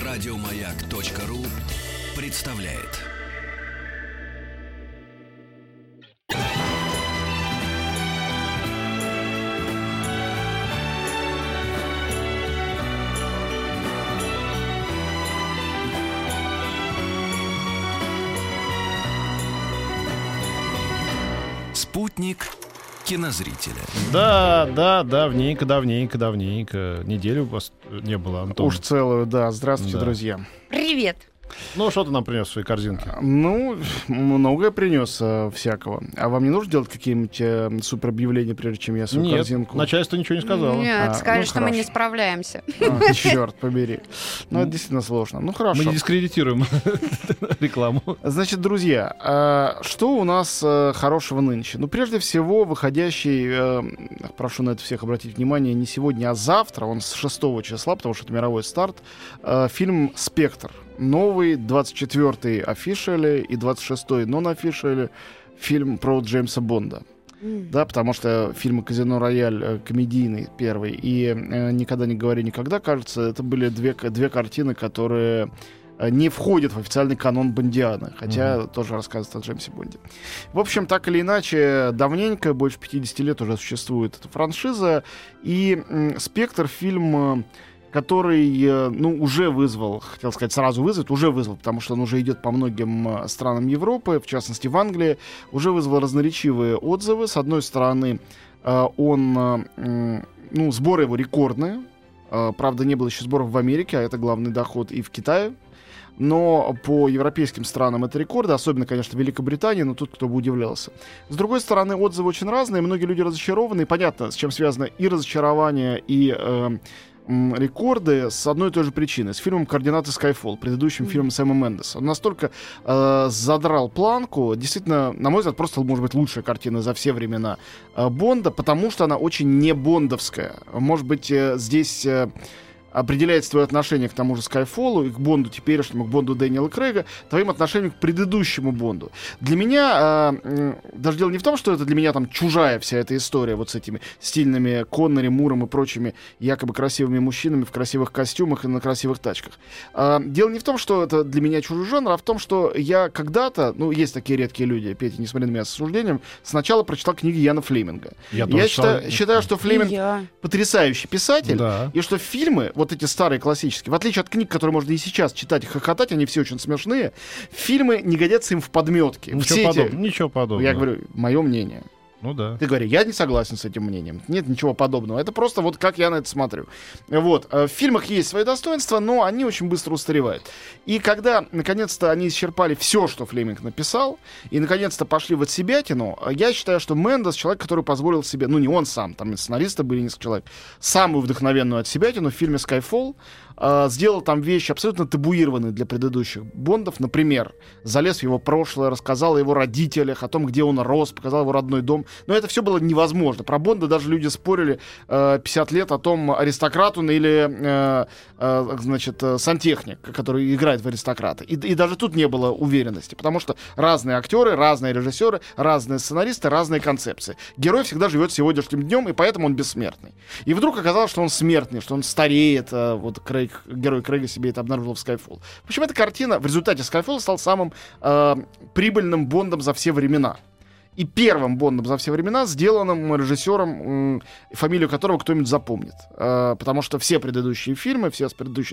Радиомаяк.ру представляет. Спутник кинозрителя. Да, давненько. Неделю у вас не было, Антон. Уж целую, да. Здравствуйте, Да. друзья. Привет. Ну, что ты нам принес в своей корзинке? Ну, многое принес всякого. А вам не нужно делать какие-нибудь супер объявления, прежде чем я свою Нет, корзинку? начальство ничего не сказало. Нет, скажи, ну, что мы не хорошо. справляемся. Черт побери. Ну, это действительно сложно. Ну, хорошо. Мы не дискредитируем рекламу. Значит, друзья, что у нас хорошего нынче? Ну, прежде всего, выходящий, прошу на это всех обратить внимание, не сегодня, а завтра, он с 6 числа, потому что это мировой старт, фильм «Спектр». Новый, 24-й офишиали и 26-й нон-офишиали фильм про Джеймса Бонда. Да, потому что фильмы «Казино Рояль» комедийный первый и «Никогда не говори никогда», кажется, это были две картины, которые не входят в официальный канон бондианы, хотя тоже рассказывают о Джеймсе Бонде. В общем, так или иначе, давненько, больше 50 лет уже существует эта франшиза, и «Спектр» фильм, который, уже вызвал, хотел сказать, уже вызвал, потому что он уже идет по многим странам Европы, в частности в Англии, уже вызвал разноречивые отзывы. С одной стороны, сборы его рекордные, правда, не было еще сборов в Америке, а это главный доход, и в Китае. Но по европейским странам это рекорды, особенно, конечно, в Великобритании, но тут кто бы удивлялся. С другой стороны, отзывы очень разные, многие люди разочарованы, и понятно, с чем связано и разочарование, и рекорды с одной и той же причиной. С фильмом «Координаты Skyfall», предыдущим фильмом Сэма Мендеса. Он настолько задрал планку, действительно, на мой взгляд, просто, может быть, лучшая картина за все времена Бонда, потому что она очень не бондовская. Может быть, здесь определяется твое отношение к тому же Скайфоллу и к Бонду теперешнему, к Бонду Дэниела Крейга, твоим отношением к предыдущему Бонду. Для меня, даже дело не в том, что это для меня там чужая вся эта история вот с этими стильными Коннери, Муром и прочими якобы красивыми мужчинами в красивых костюмах и на красивых тачках. Дело не в том, что это для меня чужой жанр, а в том, что я когда-то, есть такие редкие люди, Петя, не смотри на меня с осуждением, сначала прочитал книги Яна Флеминга. Я считаю, что Флеминг потрясающий писатель, Да. и что фильмы, вот эти старые классические, в отличие от книг, которые можно и сейчас читать и хохотать, они все очень смешные, фильмы не годятся им в подметке. Ничего подобного. Я говорю, мое мнение. Ну да. Ты говоришь, я не согласен с этим мнением. Нет ничего подобного. Это просто вот как я на это смотрю. Вот. В фильмах есть свои достоинства, но они очень быстро устаревают. И когда, наконец-то, они исчерпали все, что Флеминг написал, и, наконец-то, пошли в отсебятину, я считаю, что Мендес, человек, который позволил себе, не он сам, там и сценаристы были несколько человек, самую вдохновенную отсебятину в фильме «Скайфолл», сделал там вещи абсолютно табуированные для предыдущих Бондов. Например, залез в его прошлое, рассказал о его родителях, о том, где он рос, показал его родной дом. Но это все было невозможно. Про Бонда даже люди спорили 50 лет о том, аристократ он или сантехник, который играет в аристократа. И даже тут не было уверенности, потому что разные актеры, разные режиссеры, разные сценаристы, разные концепции. Герой всегда живет сегодняшним днем, и поэтому он бессмертный. И вдруг оказалось, что он смертный, что он стареет. Герой Крейга себе это обнаружил в Skyfall. В общем, эта картина в результате Skyfall стал самым прибыльным Бондом за все времена. И первым Бондом за все времена, сделанным режиссером, фамилию которого кто-нибудь запомнит. Потому что все предыдущие фильмы, все предыдущие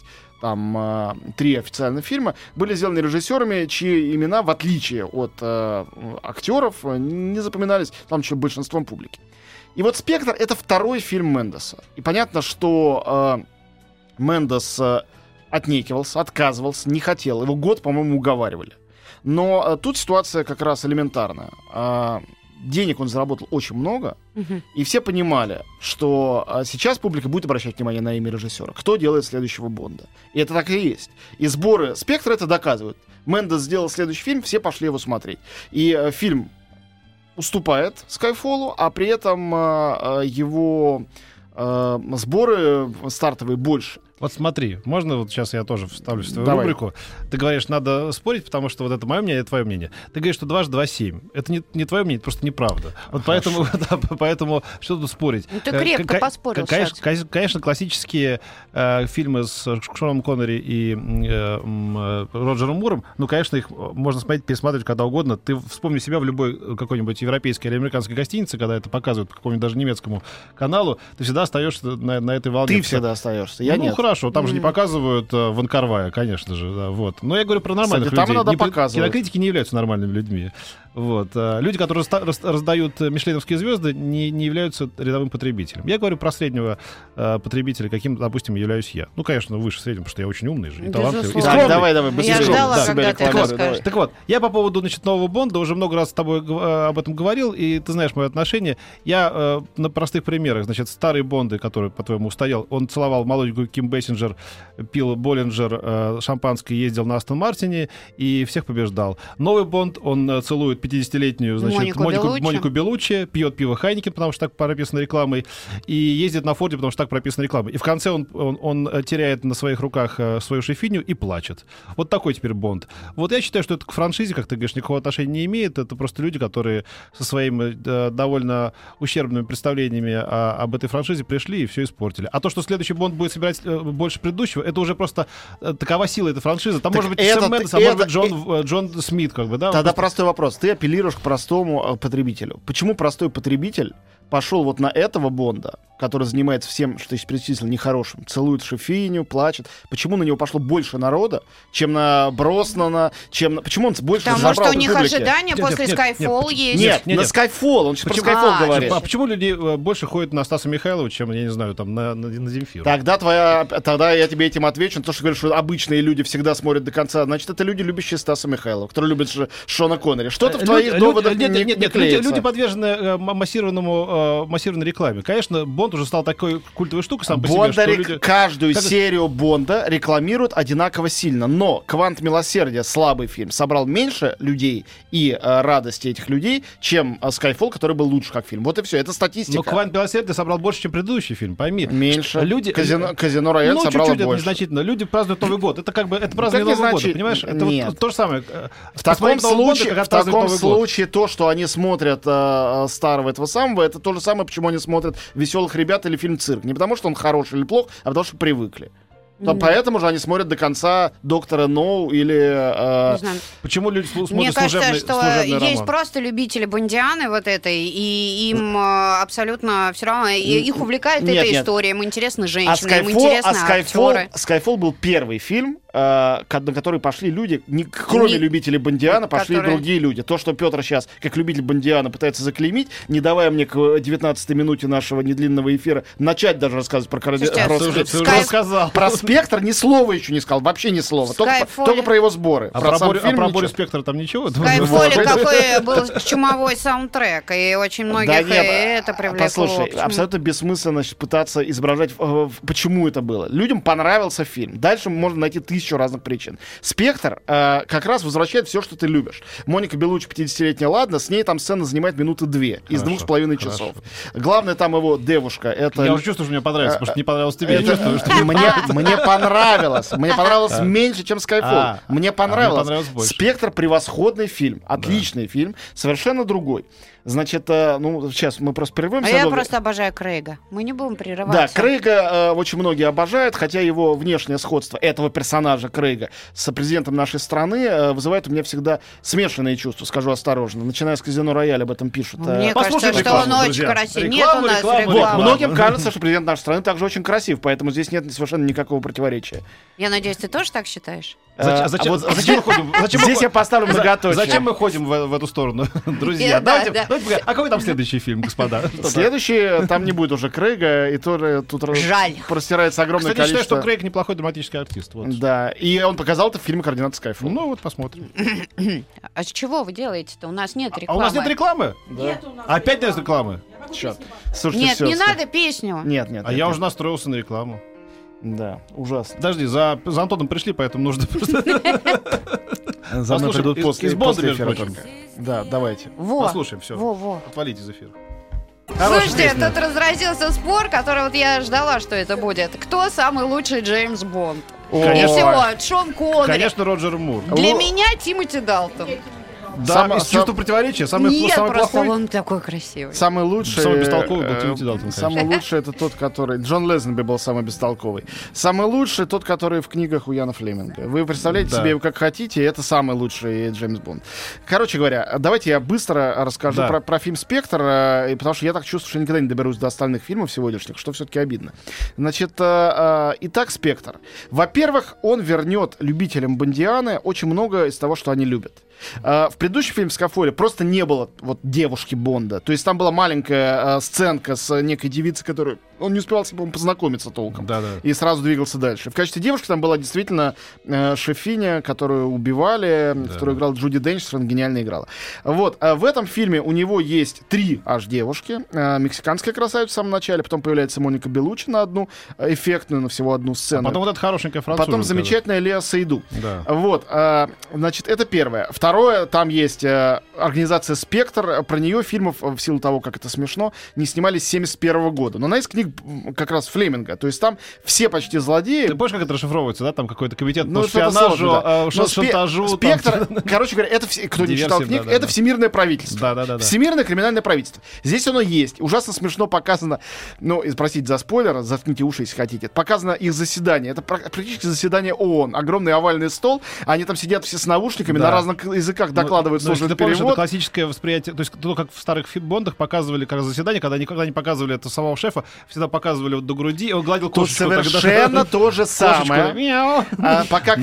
23 официальных фильма были сделаны режиссерами, чьи имена, в отличие от актеров, не запоминались, там еще большинством публики. И вот «Спектр» — это второй фильм Мендеса. И понятно, что Мендес отнекивался, отказывался, не хотел. Его год, по-моему, уговаривали. Но тут ситуация как раз элементарная. Денег он заработал очень много, и все понимали, что сейчас публика будет обращать внимание на имя режиссера. Кто делает следующего Бонда? И это так и есть. И сборы «Спектра» это доказывают. Мендес сделал следующий фильм, все пошли его смотреть. И фильм уступает «Скайфоллу», а при этом его сборы стартовые больше. Вот смотри, можно вот сейчас я тоже вставлю в свою Давай. рубрику. Ты говоришь, надо спорить, потому что вот это мое мнение, это твое мнение. Ты говоришь, что 2 × 2 = 7. Это не твое мнение, это просто неправда. Вот поэтому, да, поэтому что тут спорить? Ну, ты крепко поспорил Конечно, классические фильмы с Шоном Коннери и Роджером Муром, ну, конечно, их можно смотреть, пересматривать когда угодно. Ты вспомни себя в любой какой-нибудь европейской или американской гостинице, когда это показывают по какому-нибудь даже немецкому каналу, ты всегда остаешься на этой волне. Ты всегда остаешься, я ну, нет. Хорошо, там же не показывают Ван Кар-вая, конечно же, да, вот. Но я говорю про нормальных Кстати, там людей. иногда показывают. Кинокритики не являются нормальными людьми. Вот. Люди, которые раздают мишленовские звезды, не являются рядовым потребителем. Я говорю про среднего потребителя, каким, допустим, являюсь я. Ну, конечно, выше среднего, потому что я очень умный же, и талантливый. И Безусловно. скромный. Давай, быстрее. Я ждала, Да. когда ты это скажешь. Так вот, я по поводу, значит, нового Бонда уже много раз с тобой об этом говорил, и ты знаешь мое отношение. Я на простых примерах, значит, старые Бонды, который, по-твоему, устоял, он целовал молоденькую Ким Бессинджер, пил Боллинджер, шампанское, ездил на Астон Мартине и всех побеждал. Новый Бонд, он целует 50-летнюю, значит, Монику Беллуччи, пьет пиво Хайнекен, потому что так прописано рекламой, и ездит на Форде, потому что так прописано рекламой. И в конце он теряет на своих руках свою шефиню и плачет. Вот такой теперь Бонд. Вот я считаю, что это к франшизе, как ты говоришь, никакого отношения не имеет. Это просто люди, которые со своими довольно ущербными представлениями об этой франшизе пришли и все испортили. А то, что следующий Бонд будет собирать больше предыдущего, это уже просто такова сила этой франшизы. Там Так может быть Сэм Мендес, а может быть Джон Смит, как бы, да? Тогда простой вопрос. Ты апеллируешь к простому потребителю. Почему простой потребитель пошел вот на этого Бонда, который занимается всем, что есть перечислил, нехорошим, целует шефиню, плачет? Почему на него пошло больше народа, чем на Броснана, чем на... Почему он больше Потому забрал что у этой них публики? ожидания после Skyfall есть. Нет, Нет. на Skyfall. Он сейчас про Почему? Skyfall говорит. А почему люди больше ходят на Стаса Михайлова, чем, я не знаю, там, на Земфиру? Тогда я тебе этим отвечу. На то, что говоришь, что обычные люди всегда смотрят до конца. Значит, это люди, любящие Стаса Михайлова, которые любят Шона Коннери. Что-то в твоих доводах не клеится. Люди подвержены массированной рекламе. Конечно, Бонд уже стал такой культовой штукой сам по себе, что люди... Каждую серию Бонда рекламируют одинаково сильно. Но «Квант милосердия», слабый фильм, собрал меньше людей и радости этих людей, чем Skyfall, который был лучше как фильм. Вот и все. Это статистика. Но «Квант милосердия» собрал больше, чем предыдущий фильм, пойми. Меньше. Люди... Казино Рояль собрало чуть-чуть, это больше. незначительно. Люди празднуют Новый год. Это как бы это празднование Нового года, понимаешь? Это Нет. вот то же самое. В таком случае то, что они смотрят старого этого самого, это то же самое, почему они смотрят «Веселых ребят» или фильм «Цирк». Не потому, что он хороший или плох, а потому, что привыкли. Поэтому же они смотрят до конца «Доктора Ноу» или... Не знаю. Почему люди смотрят Мне кажется, что служебный есть роман? просто любители бондианы вот этой, и им абсолютно все равно, их увлекает эта история, им интересны женщины, им интересны актеры. Skyfall был первый фильм, на который пошли люди, кроме любителей бондиана, пошли и другие люди. То, что Петр сейчас, как любитель бондиана, пытается заклеймить, не давая мне к 19-й минуте нашего недлинного эфира начать даже рассказывать про «Спектр», ни слова еще не сказал, вообще ни слова. Только про его сборы. А про Борис Спектр там ничего? В Skyfall какой был чумовой саундтрек, и очень многих это привлекло. Послушай, абсолютно бессмысленно пытаться изображать, почему это было. Людям понравился фильм. Дальше можно найти тысячу разных причин. «Спектр» как раз возвращает все, что ты любишь. Моника Беллуччи 50-летняя, ладно, с ней там сцена занимает минуты 2 из 2,5 часов. Главное там его девушка. Это... Я уже чувствую, что мне понравится, потому что не понравилось тебе. Мне понравилось. Мне понравилось меньше, чем Skyfall. Мне понравилось. «Спектр» — превосходный фильм. Отличный фильм. Совершенно другой. Значит, сейчас мы просто прервемся. А я просто обожаю Крейга. Мы не будем прерываться. Да, Крейга очень многие обожают, хотя его внешнее сходство этого персонажа Крейга с президентом нашей страны вызывает у меня всегда смешанные чувства, скажу осторожно. Начиная с «Казино Рояль» об этом пишут. Мне кажется, что он очень красив. Нет у нас рекламы. Вот, многим кажется, что президент нашей страны также очень красив, поэтому здесь нет совершенно никакого противоречия. Я надеюсь, ты тоже так считаешь? Зачем мы ходим? Здесь я поставлю многоточие. Зачем мы ходим в эту сторону, друзья? Давайте, а какой там следующий фильм, господа? Следующий, там не будет уже Крейга, и тоже тут простирается огромное количество... Кстати, я считаю, что Крейг неплохой драматический артист. Да, и он показал это в фильме «Координаты Skyfall». Ну вот, посмотрим. А с чего вы делаете-то? У нас нет А рекламы. А у нас нет рекламы? Нет. Опять нет рекламы? Слушайте, Нет, не надо песню. Нет. А я уже настроился на рекламу. Да, ужасно. Подожди, за Антоном пришли, поэтому нужно просто... За мной придут после Бонда, эфира. Да, давайте. Послушаем, все. Во. Отвалите из эфира. Слушайте, тут разразился спор, который вот я ждала, что это будет. Кто самый лучший Джеймс Бонд? И все, Шон Коннери. Конечно, Роджер Мур. Для меня Тимоти Далтон. Да, из чувства противоречия. Нет, самый просто плохой. он такой красивый. Самый лучший... Самый бестолковый был Тимоти Далтон, конечно. Самый лучший это тот, который... Джон Лезнби был самый бестолковый. Самый лучший тот, который в книгах у Яна Флеминга. Вы представляете себе его как хотите, это самый лучший Джеймс Бонд. Короче говоря, давайте я быстро расскажу про фильм «Спектр», потому что я так чувствую, что никогда не доберусь до остальных фильмов сегодняшних, что все-таки обидно. Значит, итак, «Спектр». Во-первых, он вернет любителям Бондианы очень много из того, что они любят. В предыдущем фильме «Скафоле» просто не было вот девушки Бонда. То есть там была маленькая сценка с некой девицей, которую он не успевал, по-моему, познакомиться толком. Да-да. И сразу двигался дальше. В качестве девушки там была действительно шефиня, которую убивали, которую играла Джуди Денч, совершенно гениально играла. Вот. В этом фильме у него есть 3 аж девушки. Мексиканская красавица в самом начале, потом появляется Моника Беллуччи на одну эффектную, на всего одну сцену. А потом вот эта хорошенькая француженка. Потом замечательная Леа Сейду. Да. Вот. Значит, это первое. Второе, там есть организация «Спектр». Про нее фильмов, в силу того, как это смешно, не снимались с 1971 года. Но она из книг как раз Флеминга. То есть там все почти злодеи. Ты помнишь, как это расшифровывается, да? Там какой-то комитет по шпионажу, шантажу. «Спектр», короче говоря, это кто не читал книг, это всемирное правительство. Да. Всемирное криминальное правительство. Здесь оно есть. Ужасно смешно показано, простите за спойлер, заткните уши, если хотите. Показано их заседание. Это практически заседание ООН. Огромный овальный стол. Они там сидят все с наушниками, на разных языках докладывают сложный перевод. Это классическое восприятие, то есть то, как в старых Бондах показывали как заседание, когда никогда не показывали это самого шефа, всегда показывали вот до груди, и он гладил кошечку. Тут совершенно то же самое. Пока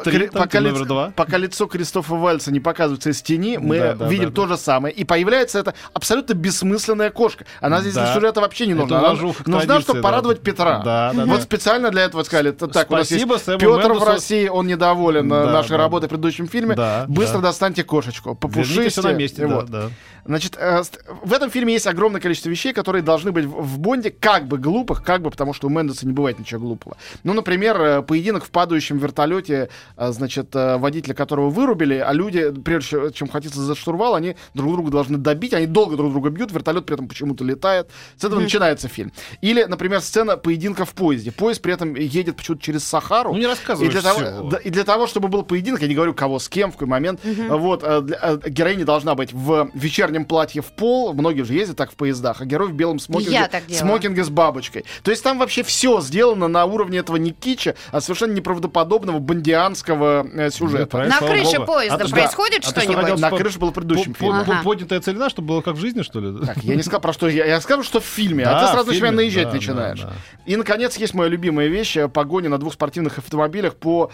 лицо Кристофа Вальца не показывается из тени, мы видим то же самое. И появляется эта абсолютно бессмысленная кошка. Она здесь для сюжета вообще не нужна. Нужна, чтобы порадовать Петра. Вот специально для этого сказали, так, у нас есть Петр в России, он недоволен нашей работой в предыдущем фильме. Быстро достаньте кошечку, попушите. На месте, вот. Значит, в этом фильме есть огромное количество вещей, которые должны быть в Бонде как бы глупых, потому что у Мендеса не бывает ничего глупого. Ну, например, поединок в падающем вертолете, значит, водителя которого вырубили, а люди, прежде чем хватиться за штурвал, они друг друга должны добить, они долго друг друга бьют, вертолет при этом почему-то летает. С этого начинается фильм. Или, например, сцена поединка в поезде. Поезд при этом едет почему-то через Сахару. Ну, не рассказывай и для того, чтобы был поединок, я не говорю, кого с кем, в какой момент, вот, героиня должна быть в вечернем платье в пол, многие же ездят так в поездах, а герой в белом смокинге с бабочкой. То есть там вообще все сделано на уровне этого не китча, а совершенно неправдоподобного бондианского сюжета. На крыше поезда происходит что-нибудь? На крыше было в предыдущем фильме. Поднятая целина, чтобы было как в жизни, что ли? Так, я не сказал про что. Я скажу, что в фильме, а ты сразу на себя наезжать начинаешь. И, наконец, есть моя любимая вещь — погоня на 2 спортивных автомобилях по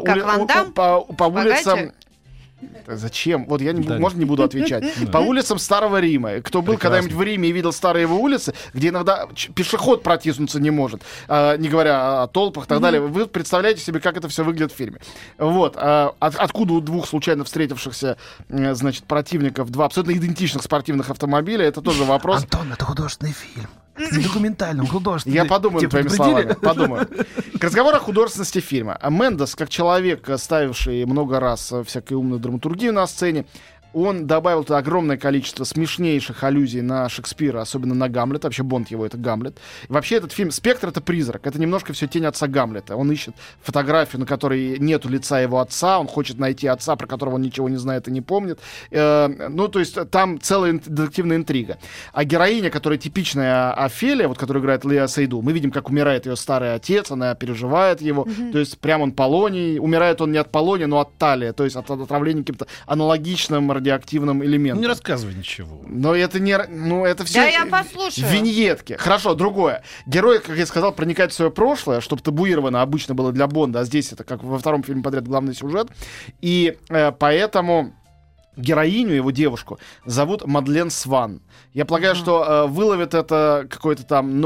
улицам. Зачем? Вот я можно не буду отвечать. По улицам Старого Рима. Кто был когда-нибудь в Риме и видел старые его улицы, где иногда пешеход протиснуться не может, не говоря о толпах и так далее, вы представляете себе, как это все выглядит в фильме. Вот. Откуда у 2 случайно встретившихся, значит, противников 2 абсолютно идентичных спортивных автомобиля, это тоже вопрос. Антон, это художественный фильм. Не документальным, художественным. Я подумаю над твоими словами. Подумаю. К разговору о художественности фильма. Мендес, как человек, ставивший много раз всякую умную драматургию на сцене, он добавил туда огромное количество смешнейших аллюзий на Шекспира, особенно на Гамлета. Вообще Бонд его — это Гамлет. И вообще этот фильм «Спектр» — это призрак. Это немножко все тень отца Гамлета. Он ищет фотографию, на которой нету лица его отца. Он хочет найти отца, про которого он ничего не знает и не помнит. Ну, то есть там целая детективная интрига. А героиня, которая типичная Офелия, вот, которую играет Леа Сейду, мы видим, как умирает ее старый отец, она переживает его. То есть прям он полоний. Умирает он не от полония, но от талия. То есть от отравления каким-то аналогичным радиоактивным элементом. Ну, не рассказывай ничего. Но это не... Ну, это все... Да, я послушаю. Виньетки. Хорошо, другое. Герой, как я сказал, проникает в свое прошлое, чтобы табуировано обычно было для Бонда, а здесь это, как во втором фильме подряд, главный сюжет. И поэтому героиню, его девушку, зовут Мадлен Сван. Я полагаю, что выловит это какой-то там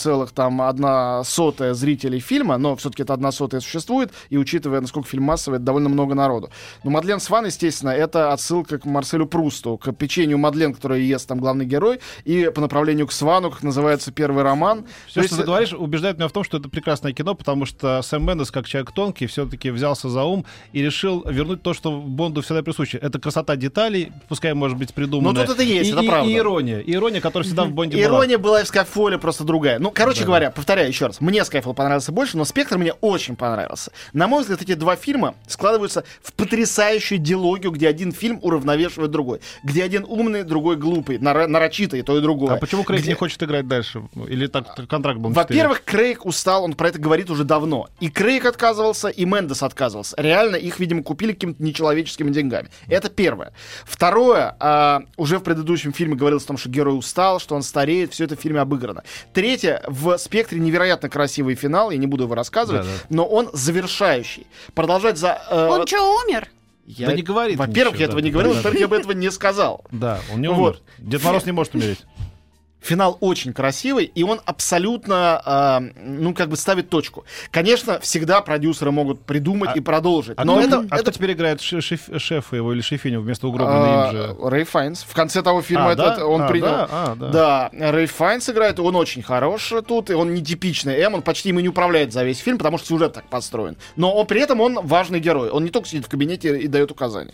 0,01 зрителей фильма, но все-таки это 1/100 существует, и учитывая, насколько фильм массовый, это довольно много народу. Но Мадлен Сван, естественно, это отсылка к Марселю Прусту, к печенью Мадлен, которую ест там главный герой, и по направлению к Свану, как называется первый роман. Все, что ты говоришь, убеждает меня в том, что это прекрасное кино, потому что Сэм Мендес, как человек тонкий, все-таки взялся за ум и решил вернуть то, что Бонду всегда присуще. Это красота простота деталей, пускай, может быть, придуманная. Ну, тут это есть, это правда. И ирония, которая всегда в Бонде была. Ирония была и в Skyfall просто другая. Ну, короче говоря, повторяю еще раз, мне Skyfall понравился больше, но «Спектр» мне очень понравился. На мой взгляд, эти два фильма складываются в потрясающую диалогию, где один фильм уравновешивает другой. Где один умный, другой глупый, нарочитый, то и другое. А почему Крейг не хочет играть дальше? Или так контракт был? Во-первых, Крейг устал, он про это говорит уже давно. И Крейг отказывался, и Мендес отказывался. Реально, их, видимо, купили какими-то нечеловеческими деньгами. Это первое. Второе, уже в предыдущем фильме говорилось о том, что герой устал, что он стареет, все это в фильме обыграно. Третье, в «Спектре» невероятно красивый финал, я не буду его рассказывать, но он завершающий. Продолжать за... Он что, умер? Да не говорит. Во-первых, я этого не говорил, во-вторых, я бы этого не сказал. Да, он не умер. Дед Мороз не может умереть. Финал очень красивый, и он абсолютно, ставит точку. Конечно, всегда продюсеры могут придумать и продолжить. Но кто теперь играет шефа его или шефиню вместо угробленной им же? Рэй Файнс. В конце того фильма он принял. Да, Рэй Файнс играет, он очень хорош тут, и он нетипичный М, он почти им и не управляет за весь фильм, потому что сюжет так построен. Но при этом он важный герой. Он не только сидит в кабинете и дает указания.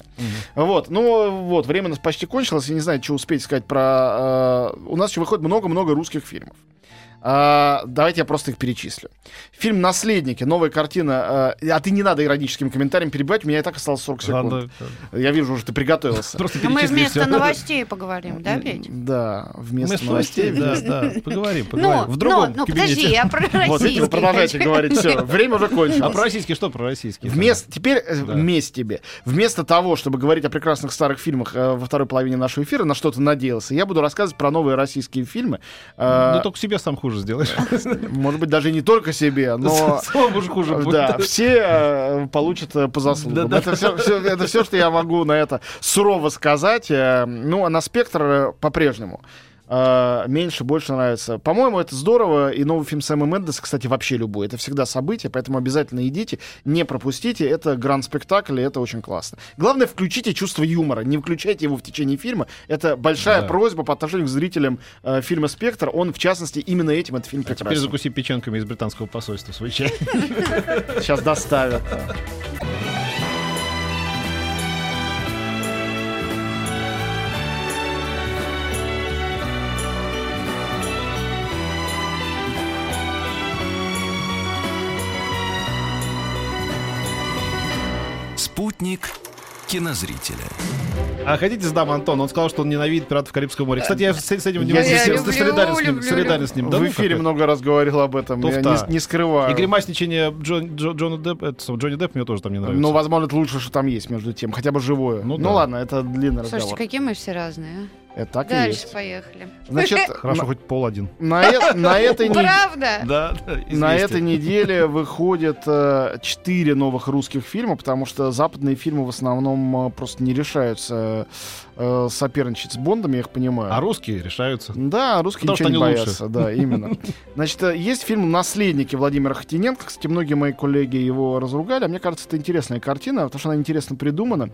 Время у нас почти кончилось, я не знаю, что успеть сказать про... У нас еще выходит много-много русских фильмов. Давайте я просто их перечислю. Фильм «Наследники», новая картина. А ты не надо ироническими комментариями перебивать, у меня и так осталось 40 секунд. Я вижу, уже ты приготовился. Мы вместо новостей поговорим, да, Петь? Да, вместо новостей. Да, поговорим. В другом кабинете. Подожди, я про российский. Вот видите, вы продолжаете говорить, все, время уже кончилось. А про российский что про российский? Теперь вместе тебе. Вместо того, чтобы говорить о прекрасных старых фильмах во второй половине нашего эфира, на что ты надеялся, я буду рассказывать про новые российские фильмы. Ну, только себе сам хуже сделаешь. Может быть, даже не только себе, но... Самому же хуже будет. Да, все получат по заслугам. Это все, что я могу на это сурово сказать. Ну, а на «Спектр» по-прежнему. Меньше, больше нравится. По-моему, это здорово. И новый фильм Сэма Мендеса, кстати, вообще любой. Это всегда событие, поэтому обязательно идите, не пропустите. Это гранд-спектакль, и это очень классно. Главное, включите чувство юмора. Не включайте его в течение фильма. Это большая просьба по отношению к зрителям фильма «Спектр». Он, в частности, именно этим этот фильм прекрасен. Теперь закуси печенками из британского посольства свой чай. Сейчас доставят. Спутник кинозрителя. А хотите задам Антону? Он сказал, что он ненавидит «Пиратов Карибского моря». Кстати, я с этим солидарен с ним. В эфире много раз говорил об этом. Я не скрываю. И гримасничание Джонни Депп мне тоже там не нравится. Ну, возможно, это лучше, что там есть между тем. Хотя бы живое. Ну ладно, это длинный разговор. Слушайте, какие мы все разные, а? Это так и дальше есть. Поехали. Значит, хорошо, хоть пол один. На этой Правда? Да, на этой неделе выходит 4 новых русских фильма, потому что западные фильмы в основном просто не решаются соперничать с Бондом, я их понимаю. А русские решаются. Да, русские ничего не боятся. Да, именно. Значит, есть фильм «Наследники» Владимира Хотиненко. Кстати, многие мои коллеги его разругали, а мне кажется, это интересная картина, потому что она интересно придумана.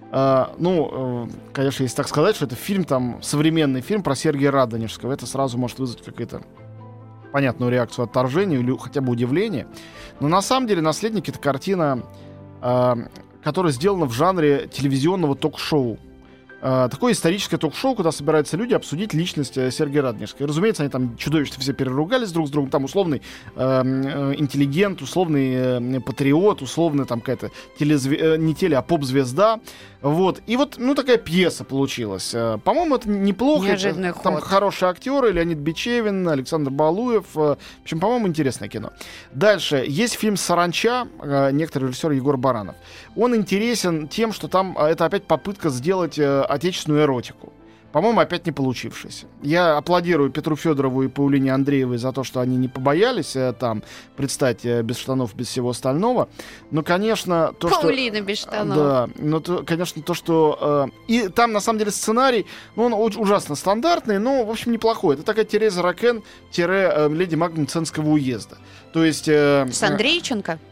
Конечно, если так сказать, что это фильм, там, современный фильм про Сергия Радонежского, это сразу может вызвать какую-то понятную реакцию отторжения или хотя бы удивление. Но на самом деле «Наследники» — это картина, которая сделана в жанре телевизионного ток-шоу. Такое историческое ток-шоу, куда собираются люди обсудить личность Сергия Радонежского. И, разумеется, они там чудовищно все переругались друг с другом. Там условный интеллигент, условный патриот, условный там какая-то а поп-звезда. Вот. И вот, такая пьеса получилась. По-моему, это неплохо. Неожиданный ход. Там хорошие актеры: Леонид Бичевин, Александр Балуев. В общем, по-моему, интересное кино. Дальше. Есть фильм «Саранча», некоторый режиссер Егор Баранов. Он интересен тем, что там это опять попытка сделать отечественную эротику. По-моему, опять не получившаяся. Я аплодирую Петру Федорову и Паулине Андреевой за то, что они не побоялись там предстать без штанов, без всего остального. Но, конечно, то, Паулина что... без штанов. Да, но, конечно, то, что... и там, на самом деле, сценарий, он ужасно стандартный, но, в общем, неплохой. Это такая Тереза Ракен леди Магнитценского уезда. То есть... С Андрейченко?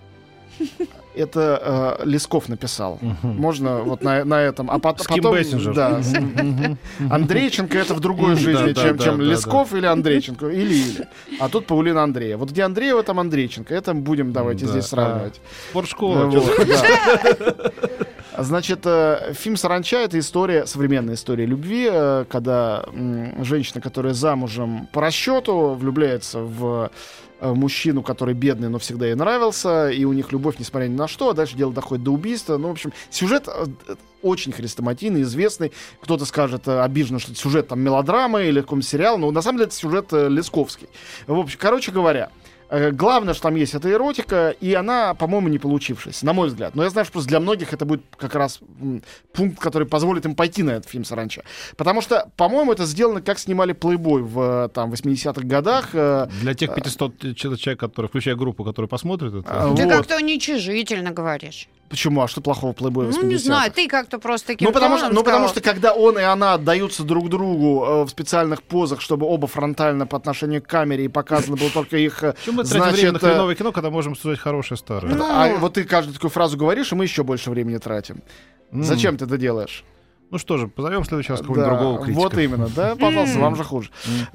Это Лесков написал. Можно вот на этом. А потом... Бессинджер. Да. Андрейченко — это в другой жизни, чем Лесков или Андрейченко. Или. А тут Паулина Андреева. Вот где Андреева, там Андрейченко. Это будем давайте здесь сравнивать. Спортшкола. Значит, фильм «Саранча» — это история, современная история любви, когда женщина, которая замужем по расчету, влюбляется в мужчину, который бедный, но всегда ей нравился, и у них любовь, несмотря ни на что, а дальше дело доходит до убийства. Ну, в общем, сюжет очень хрестоматийный, известный. Кто-то скажет обиженно, что это сюжет там мелодрамы или какого-нибудь сериала, но на самом деле это сюжет Лесковский. В общем, короче говоря, главное, что там есть, это эротика, и она, по-моему, не получившаяся, на мой взгляд. Но я знаю, что просто для многих это будет как раз пункт, который позволит им пойти на этот фильм «Саранча». Потому что, по-моему, это сделано, как снимали «Плейбой» в 80-х годах. Для тех 500 человек, которые, включая группу, которые посмотрят это. Ты как-то уничижительно говоришь. Почему? А что плохого в «Плейбое» 80-х? Ну, не знаю, ты как-то просто таким потому что когда он и она отдаются друг другу в специальных позах, чтобы оба фронтально по отношению к камере, и показано было только их... Почему мы тратим время на хреновое кино, когда можем обсуждать хорошее старое? А вот ты каждую такую фразу говоришь, и мы еще больше времени тратим. Зачем ты это делаешь? Ну что же, позовем в следующий раз какого-нибудь другого критика. Вот именно, да, пожалуйста, вам же хуже.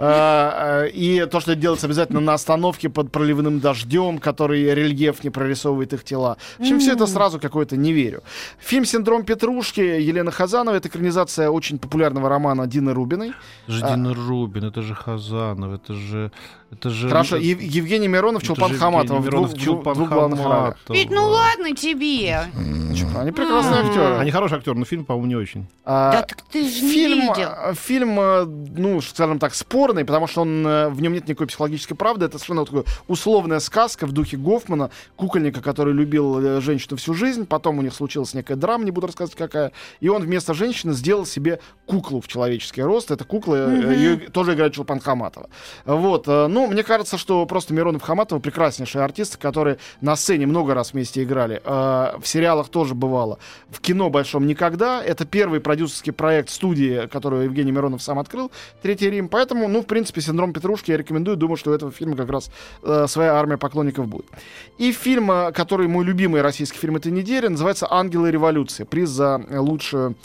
И то, что это делается обязательно на остановке под проливным дождем, который рельеф не прорисовывает их тела. В общем, все это сразу какое-то не верю. Фильм «Синдром Петрушки» Елены Хазановой — это экранизация очень популярного романа Дины Рубиной. Дина Рубин, это же Хазанов, это же... Хорошо, Евгений Миронов, Чулпан Хаматова в двух главных ролях. Ведь ну ладно тебе. Они прекрасные актеры. Они хорошие актеры, но фильм, по-моему, не очень. Да так ты же не видел. Фильм, ну, скажем так, спорный, потому что в нем нет никакой психологической правды. Это совершенно такая условная сказка в духе Гофмана, кукольника, который любил женщину всю жизнь. Потом у них случилась некая драма, не буду рассказывать какая. И он вместо женщины сделал себе куклу в человеческий рост. Эта кукла, ее тоже играет Чулпан Хаматова. Вот. Ну, мне кажется, что просто Миронов, Хаматова прекраснейшие артисты, которые на сцене много раз вместе играли. В сериалах тоже бывало. В кино большом никогда. Это первый продюсерский проект студии, которую Евгений Миронов сам открыл, «Третий Рим». Поэтому, ну, в принципе, «Синдром Петрушки» я рекомендую. Думаю, что у этого фильма как раз своя армия поклонников будет. И фильм, который мой любимый российский фильм этой недели, называется «Ангелы революции». Приз за лучшую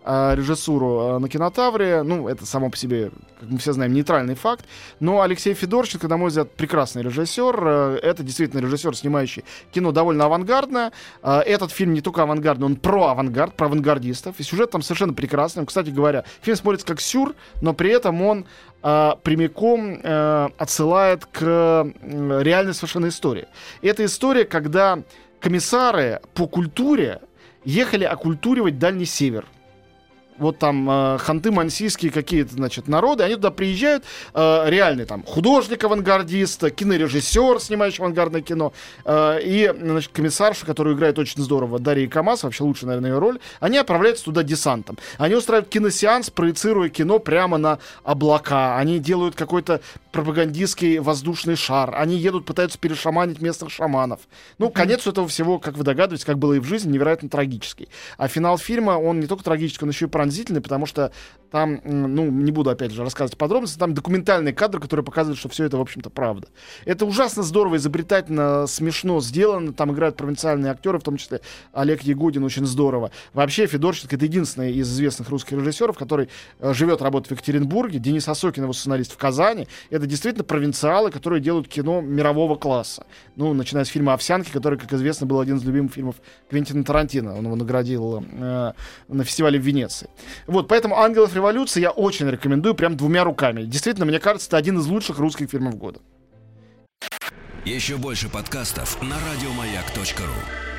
режиссуру на Кинотавре. Ну, это само по себе, как мы все знаем, нейтральный факт. Но Алексей Федорченко, на мой взгляд, прекрасный режиссер. Это действительно режиссер, снимающий кино довольно авангардное. Этот фильм не только авангардный, он про авангард, про авангардистов. И сюжет там совершенно прекрасный. Кстати говоря, фильм смотрится как сюр, но при этом он прямиком отсылает к реальной совершенно истории. Это история, когда комиссары по культуре ехали оккультуривать Дальний Север. Вот там ханты-мансийские какие-то, значит, народы, они туда приезжают, реальный там художник-авангардист, кинорежиссер, снимающий авангардное кино, и, значит, комиссарша, которую играет очень здорово Дарья Камаз, вообще лучшая, наверное, ее роль, они отправляются туда десантом. Они устраивают киносеанс, проецируя кино прямо на облака, они делают какой-то пропагандистский воздушный шар, они едут, пытаются перешаманить местных шаманов. Ну, конец этого всего, как вы догадываетесь, как было и в жизни, невероятно трагический. А финал фильма, он не только трагический, он еще и пронзительный, потому что там, ну, не буду опять же рассказывать подробности, там документальный кадр, который показывает, что все это, в общем-то, правда. Это ужасно здорово, изобретательно, смешно сделано, там играют провинциальные актеры, в том числе Олег Ягудин, очень здорово. Вообще, Федорченко — это единственный из известных русских режиссеров, который живет, работает в Екатеринбурге. Денис Осокин, его сценарист, в Казани. Это действительно провинциалы, которые делают кино мирового класса. Ну, начиная с фильма «Овсянки», который, как известно, был один из любимых фильмов Квентина Тарантино. Он его наградил на фестивале в Венеции. Вот, поэтому «Ангелов революции» я очень рекомендую прям двумя руками. Действительно, мне кажется, это один из лучших русских фильмов года. Еще больше подкастов на радиомаяк.ру.